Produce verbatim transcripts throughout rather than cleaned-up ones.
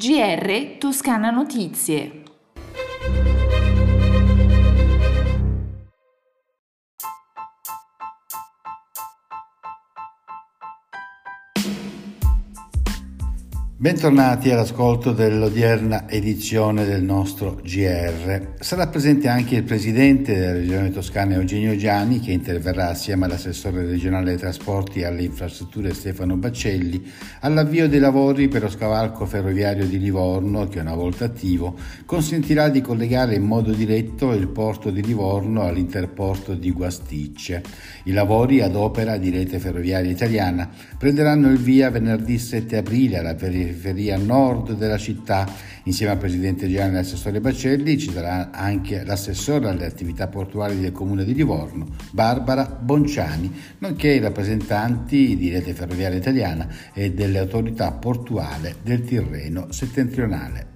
G R Toscana Notizie. Bentornati all'ascolto dell'odierna edizione del nostro G R. Sarà presente anche il presidente della Regione Toscana Eugenio Giani, che interverrà assieme all'assessore regionale dei trasporti e alle infrastrutture Stefano Baccelli all'avvio dei lavori per lo scavalco ferroviario di Livorno, che una volta attivo consentirà di collegare in modo diretto il porto di Livorno all'interporto di Guasticce. I lavori ad opera di Rete Ferroviaria Italiana prenderanno il via venerdì sette aprile alla periferia nord della città. Insieme al presidente Gianni e all'assessore Baccelli ci sarà anche l'assessore alle attività portuali del comune di Livorno, Barbara Bonciani, nonché i rappresentanti di Rete Ferroviaria Italiana e delle autorità portuali del Tirreno settentrionale.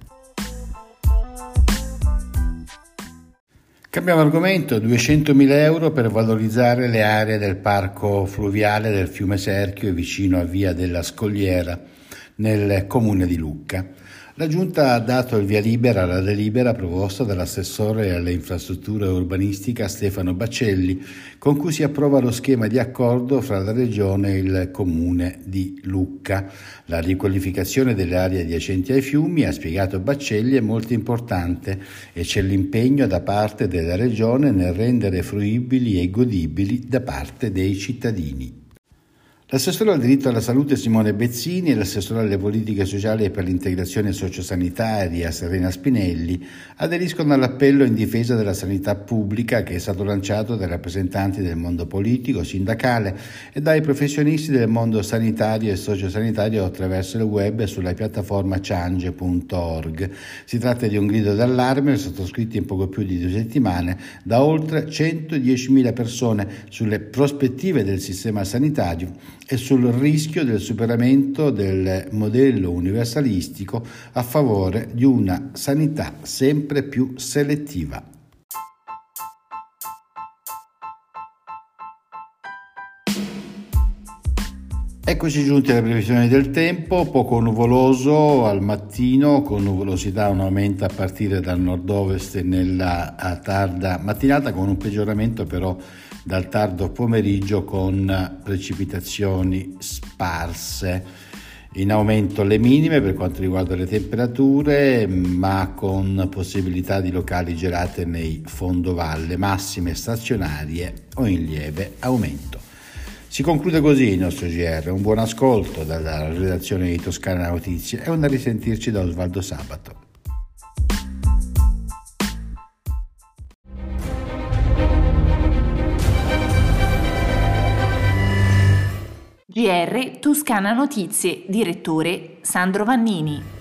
Cambiamo argomento: duecentomila euro per valorizzare le aree del parco fluviale del fiume Serchio vicino a Via della Scogliera nel comune di Lucca. La Giunta ha dato il via libera alla delibera proposta dall'assessore alle infrastrutture urbanistica Stefano Baccelli, con cui si approva lo schema di accordo fra la Regione e il comune di Lucca. La riqualificazione delle aree adiacenti ai fiumi, ha spiegato Baccelli, è molto importante e c'è l'impegno da parte della Regione nel rendere fruibili e godibili da parte dei cittadini. L'assessore al diritto alla salute Simone Bezzini e l'assessore alle politiche sociali e per l'integrazione sociosanitaria Serena Spinelli aderiscono all'appello in difesa della sanità pubblica che è stato lanciato dai rappresentanti del mondo politico, sindacale e dai professionisti del mondo sanitario e sociosanitario attraverso il web e sulla piattaforma change punto org. Si tratta di un grido d'allarme sottoscritto in poco più di due settimane da oltre centodiecimila persone sulle prospettive del sistema sanitario e sul rischio del superamento del modello universalistico a favore di una sanità sempre più selettiva. Eccoci giunti alle previsioni del tempo: poco nuvoloso al mattino, con nuvolosità un aumento a partire dal nord-ovest nella tarda mattinata, con un peggioramento però dal tardo pomeriggio con precipitazioni sparse. In aumento le minime per quanto riguarda le temperature, ma con possibilità di locali gelate nei fondovalle, massime stazionarie o in lieve aumento. Si conclude così il nostro G R. Un buon ascolto dalla redazione di Toscana Notizie e un a risentirci da Osvaldo Sabato. G R Toscana Notizie, direttore Sandro Vannini.